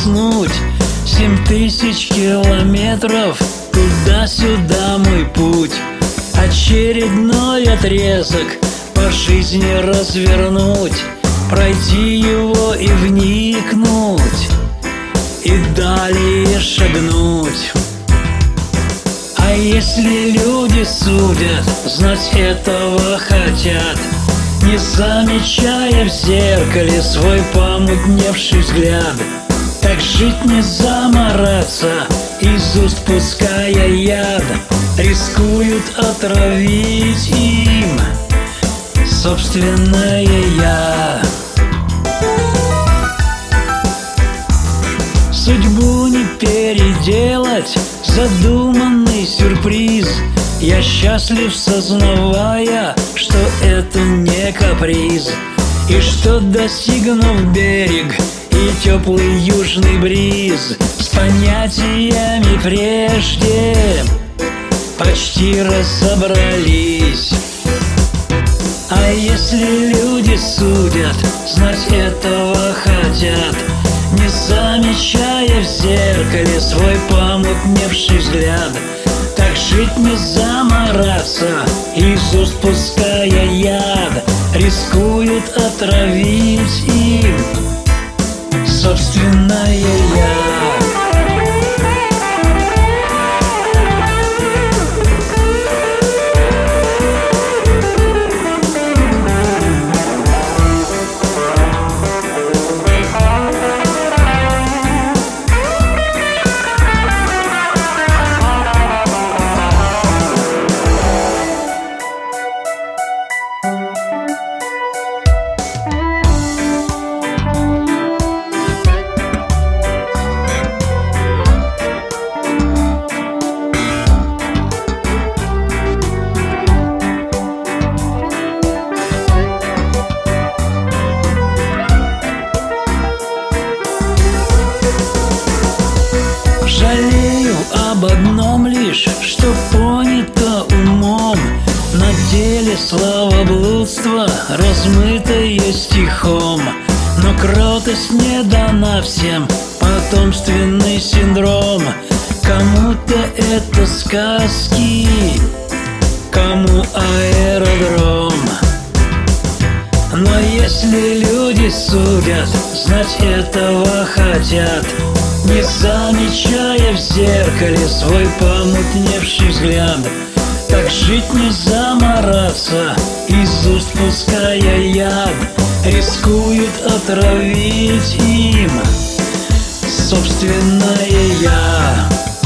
уснуть. 7000 километров туда-сюда мой путь. Очередной отрезок по жизни развернуть, пройти его и вникнуть, и далее шагнуть. А если люди судят, знать этого хотят, не замечая в зеркале свой помутневший взгляд. Так жить не замораться, из уст пуская яд, рискуют отравить им собственное «я». Судьбу не переделать, задуманный сюрприз. Я счастлив, сознавая, что это не каприз, и что, достигнув берег и теплый южный бриз, с понятиями прежде почти разобрались. А если люди судят, знать этого хотят, не замечая в зеркале свой помутневший взгляд. Так жить не замораться, из уст пуская яд, рискуют отравить им собственное «я». Жалею об одном лишь, что понято умом. На деле словоблудство, размытое стихом. Но кротость не дана всем, потомственный синдром. Кому-то это сказки, кому аэродром. Но если люди судят, знать этого хотят, не замечая в зеркале свой помутневший взгляд. Так жить не замораться, из уст пуская яд, рискуют отравить им собственное «я».